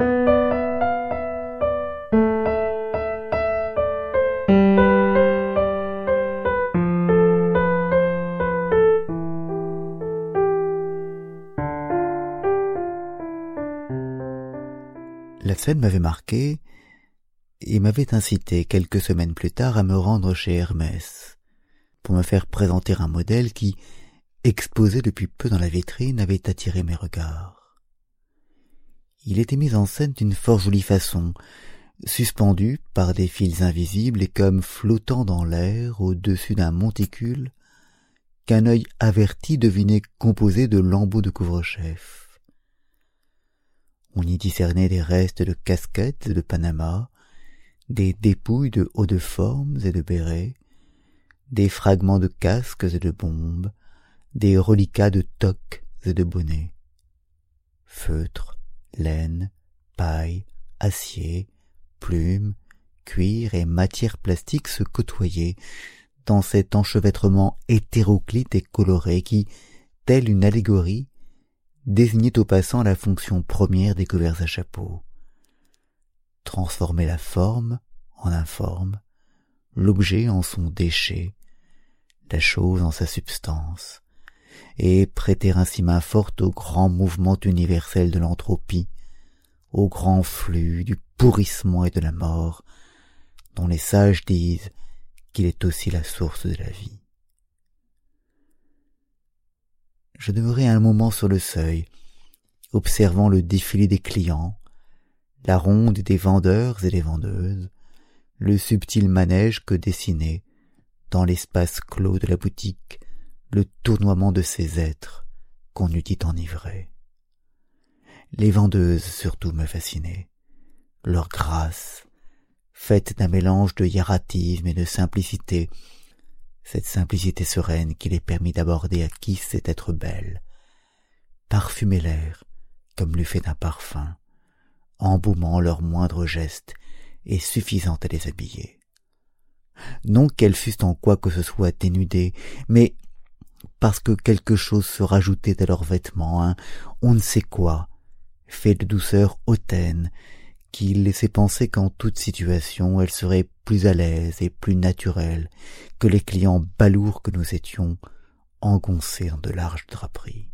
La scène m'avait marqué et m'avait incité quelques semaines plus tard à me rendre chez Hermès pour me faire présenter un modèle qui, exposé depuis peu dans la vitrine, avait attiré mes regards. Il était mis en scène d'une fort jolie façon, suspendu par des fils invisibles et comme flottant dans l'air au-dessus d'un monticule qu'un œil averti devinait composé de lambeaux de couvre-chef. On y discernait des restes de casquettes et de Panama, des dépouilles de hauts de formes et de bérets, des fragments de casques et de bombes, des reliquats de toques et de bonnets. Feutre, laine, paille, acier, plumes, cuir et matières plastiques se côtoyaient dans cet enchevêtrement hétéroclite et coloré qui, telle une allégorie, désignait aux passants la fonction première des couverts à chapeau. Transformer la forme en informe, l'objet en son déchet, la chose en sa substance, et prêter ainsi main forte au grand mouvement universel de l'entropie, au grand flux du pourrissement et de la mort, dont les sages disent qu'il est aussi la source de la vie. Je demeurai un moment sur le seuil, observant le défilé des clients, la ronde des vendeurs et des vendeuses, le subtil manège que dessinait, dans l'espace clos de la boutique, le tournoiement de ces êtres qu'on eût dit enivrés. Les vendeuses surtout me fascinaient, leur grâce, faite d'un mélange de hiératisme et de simplicité, cette simplicité sereine qui les permit d'aborder à qui sait être belle, parfumer l'air comme l'eût fait d'un parfum, embaumant leurs moindres gestes et suffisant à les habiller. Non qu'elles fussent en quoi que ce soit dénudées, mais parce que quelque chose se rajoutait à leurs vêtements, on ne sait quoi, fait de douceur hautaine, qui laissait penser qu'en toute situation elles seraient plus à l'aise et plus naturelles que les clients balourds que nous étions, engoncés dans de larges draperies.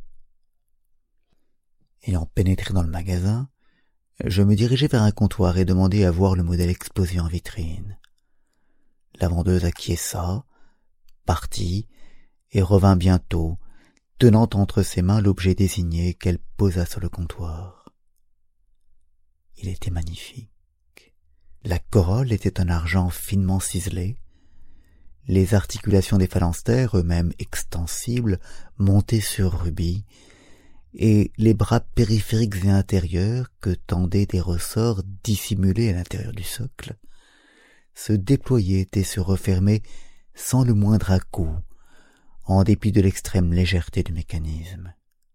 Ayant pénétré dans le magasin, je me dirigeai vers un comptoir et demandai à voir le modèle exposé en vitrine. La vendeuse acquiesça, partit et revint bientôt, tenant entre ses mains l'objet désigné qu'elle posa sur le comptoir. Il était magnifique. La corolle était en argent finement ciselé, les articulations des phalanstères, eux-mêmes extensibles, montaient sur rubis, et les bras périphériques et intérieurs, que tendaient des ressorts dissimulés à l'intérieur du socle, se déployaient et se refermaient sans le moindre à-coup, en dépit de l'extrême légèreté du mécanisme.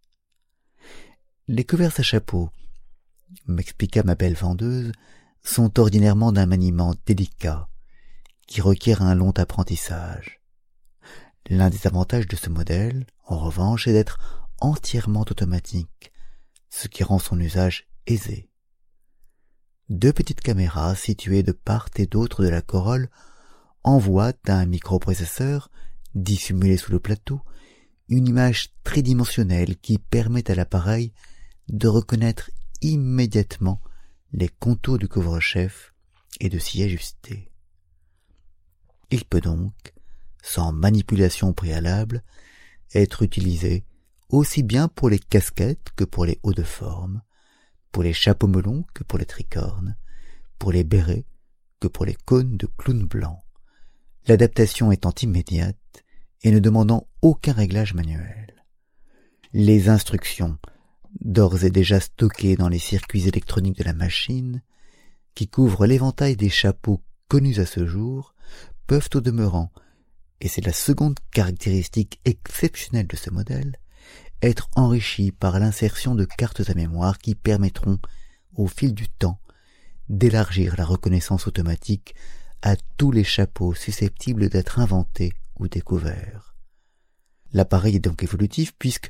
Les couverts à chapeau, m'expliqua ma belle vendeuse, sont ordinairement d'un maniement délicat, qui requiert un long apprentissage. L'un des avantages de ce modèle, en revanche, est d'être entièrement automatique, ce qui rend son usage aisé. 2 petites caméras situées de part et d'autre de la corolle envoient d'un microprocesseur, dissimulé sous le plateau, une image tridimensionnelle qui permet à l'appareil de reconnaître immédiatement les contours du couvre-chef et de s'y ajuster. Il peut donc, sans manipulation préalable, être utilisé aussi bien pour les casquettes que pour les hauts de forme, pour les chapeaux melons que pour les tricornes, pour les bérets que pour les cônes de clown blanc, l'adaptation étant immédiate et ne demandant aucun réglage manuel. Les instructions, d'ores et déjà stockées dans les circuits électroniques de la machine, qui couvrent l'éventail des chapeaux connus à ce jour, peuvent au demeurant, et c'est la seconde caractéristique exceptionnelle de ce modèle, être enrichies par l'insertion de cartes à mémoire qui permettront, au fil du temps, d'élargir la reconnaissance automatique à tous les chapeaux susceptibles d'être inventés ou découverts. L'appareil est donc évolutif puisque,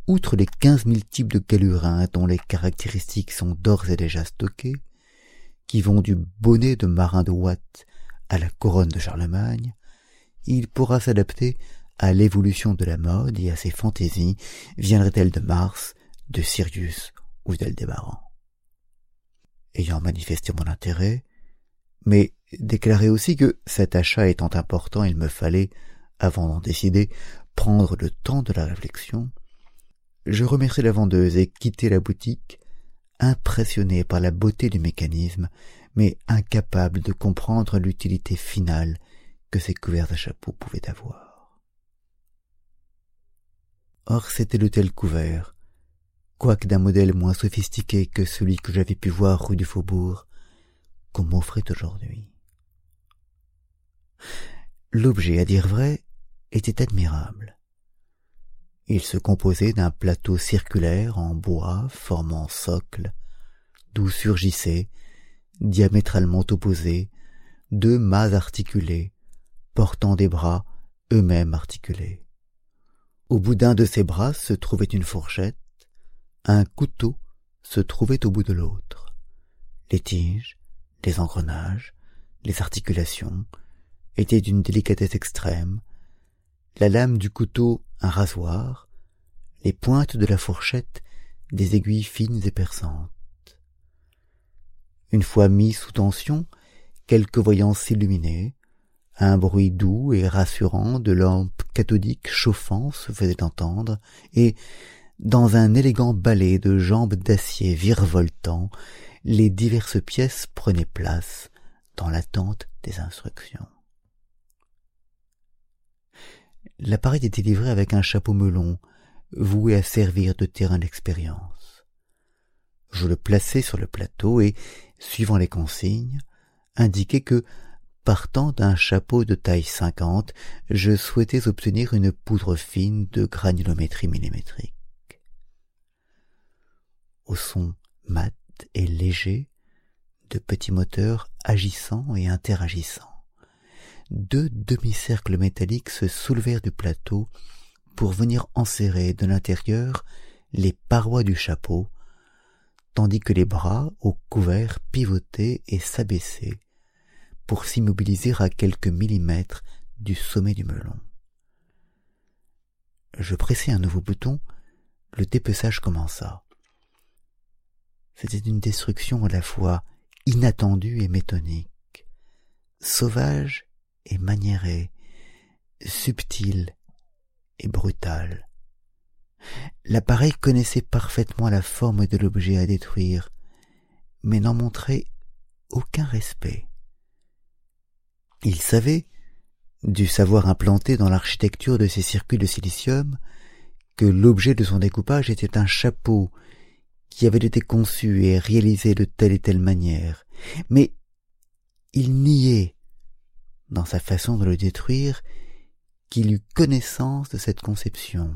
outre les 15 000 types de galurins dont les caractéristiques sont d'ores et déjà stockées, qui vont du bonnet de marin de Watt à la couronne de Charlemagne, il pourra s'adapter à l'évolution de la mode et à ses fantaisies, viendraient-elles de Mars, de Sirius ou d'Aldébaran. Ayant manifesté mon intérêt, mais déclaré aussi que, cet achat étant important, il me fallait, avant d'en décider, prendre le temps de la réflexion, je remerciai la vendeuse et quittai la boutique, impressionné par la beauté du mécanisme, mais incapable de comprendre l'utilité finale que ces couverts à chapeau pouvaient avoir. Or c'était de tels couverts, quoique d'un modèle moins sophistiqué que celui que j'avais pu voir rue du Faubourg, qu'on m'offrait aujourd'hui. L'objet, à dire vrai, était admirable. Il se composait d'un plateau circulaire en bois formant socle, d'où surgissaient, diamétralement opposés, 2 mâts articulés, portant des bras eux-mêmes articulés. Au bout d'un de ces bras se trouvait une fourchette, un couteau se trouvait au bout de l'autre. Les tiges, les engrenages, les articulations étaient d'une délicatesse extrême, la lame du couteau un rasoir, les pointes de la fourchette des aiguilles fines et perçantes. Une fois mis sous tension, quelques voyants s'illuminaient, un bruit doux et rassurant de lampes cathodiques chauffant se faisait entendre, et, dans un élégant balai de jambes d'acier virevoltant, les diverses pièces prenaient place dans l'attente des instructions. L'appareil était livré avec un chapeau melon, voué à servir de terrain d'expérience. Je le plaçai sur le plateau et, suivant les consignes, indiquai que, partant d'un chapeau de taille 50, je souhaitais obtenir une poudre fine de granulométrie millimétrique. Au son mat et léger, de petits moteurs agissants et interagissants, 2 demi-cercles métalliques se soulevèrent du plateau pour venir enserrer de l'intérieur les parois du chapeau, tandis que les bras au couvert pivotaient et s'abaissaient pour s'immobiliser à quelques millimètres du sommet du melon. Je pressai un nouveau bouton, le dépeçage commença. C'était une destruction à la fois inattendue et méthodique, sauvage et maniérée, subtile et brutale. L'appareil connaissait parfaitement la forme de l'objet à détruire, mais n'en montrait aucun respect. Il savait, du savoir implanté dans l'architecture de ces circuits de silicium, que l'objet de son découpage était un chapeau qui avait été conçu et réalisé de telle et telle manière, mais il niait, dans sa façon de le détruire, qu'il eût connaissance de cette conception.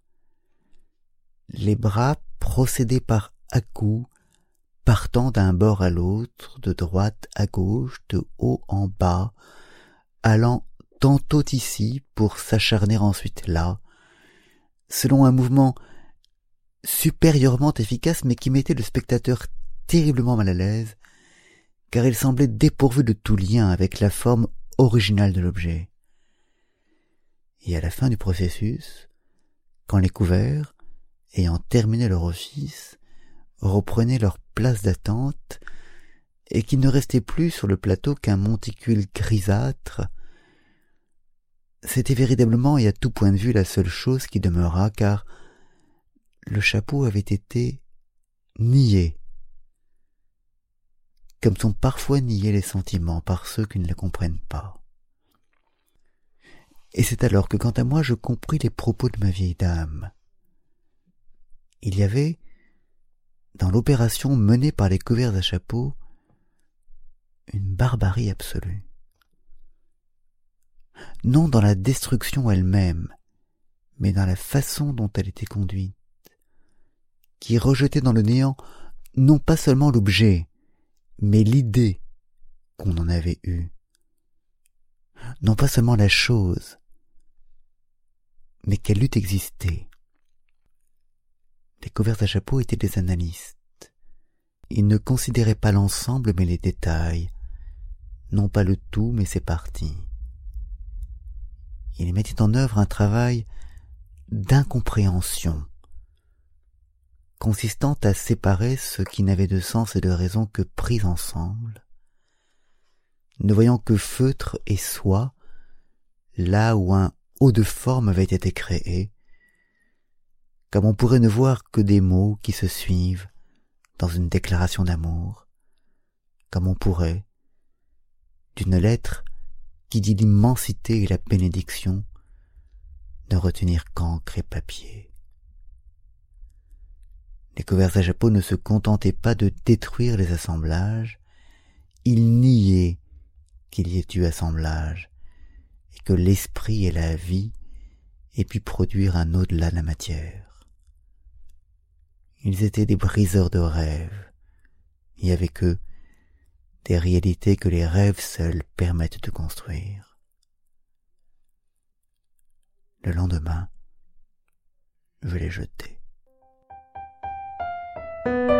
Les bras procédaient par à-coups, partant d'un bord à l'autre, de droite à gauche, de haut en bas, allant tantôt ici pour s'acharner ensuite là, selon un mouvement supérieurement efficace mais qui mettait le spectateur terriblement mal à l'aise, car il semblait dépourvu de tout lien avec la forme originale de l'objet. Et à la fin du processus, quand les couverts, ayant terminé leur office, reprenaient leur place d'attente, et qu'il ne restait plus sur le plateau qu'un monticule grisâtre, c'était véritablement et à tout point de vue la seule chose qui demeurât, car le chapeau avait été nié, comme sont parfois niés les sentiments par ceux qui ne les comprennent pas. Et c'est alors que, quant à moi, je compris les propos de ma vieille dame. Il y avait, dans l'opération menée par les couverts à chapeau, une barbarie absolue. Non dans la destruction elle-même, mais dans la façon dont elle était conduite, qui rejetait dans le néant non pas seulement l'objet, mais l'idée qu'on en avait eue, non pas seulement la chose, mais qu'elle eût existé. Les couverts à chapeau étaient des analystes. Ils ne considéraient pas l'ensemble mais les détails, non pas le tout mais ses parties. Ils mettaient en œuvre un travail d'incompréhension, consistant à séparer ce qui n'avait de sens et de raison que pris ensemble, ne voyant que feutre et soie, là où un haut de forme avait été créé, comme on pourrait ne voir que des mots qui se suivent dans une déclaration d'amour, comme on pourrait, d'une lettre qui dit l'immensité et la bénédiction, ne retenir qu'encre et papier. Les couverts à chapeau ne se contentaient pas de détruire les assemblages, ils niaient qu'il y ait eu assemblage, et que l'esprit et la vie aient pu produire un au-delà de la matière. Ils étaient des briseurs de rêves, et avec eux, des réalités que les rêves seuls permettent de construire. Le lendemain, je les jetai.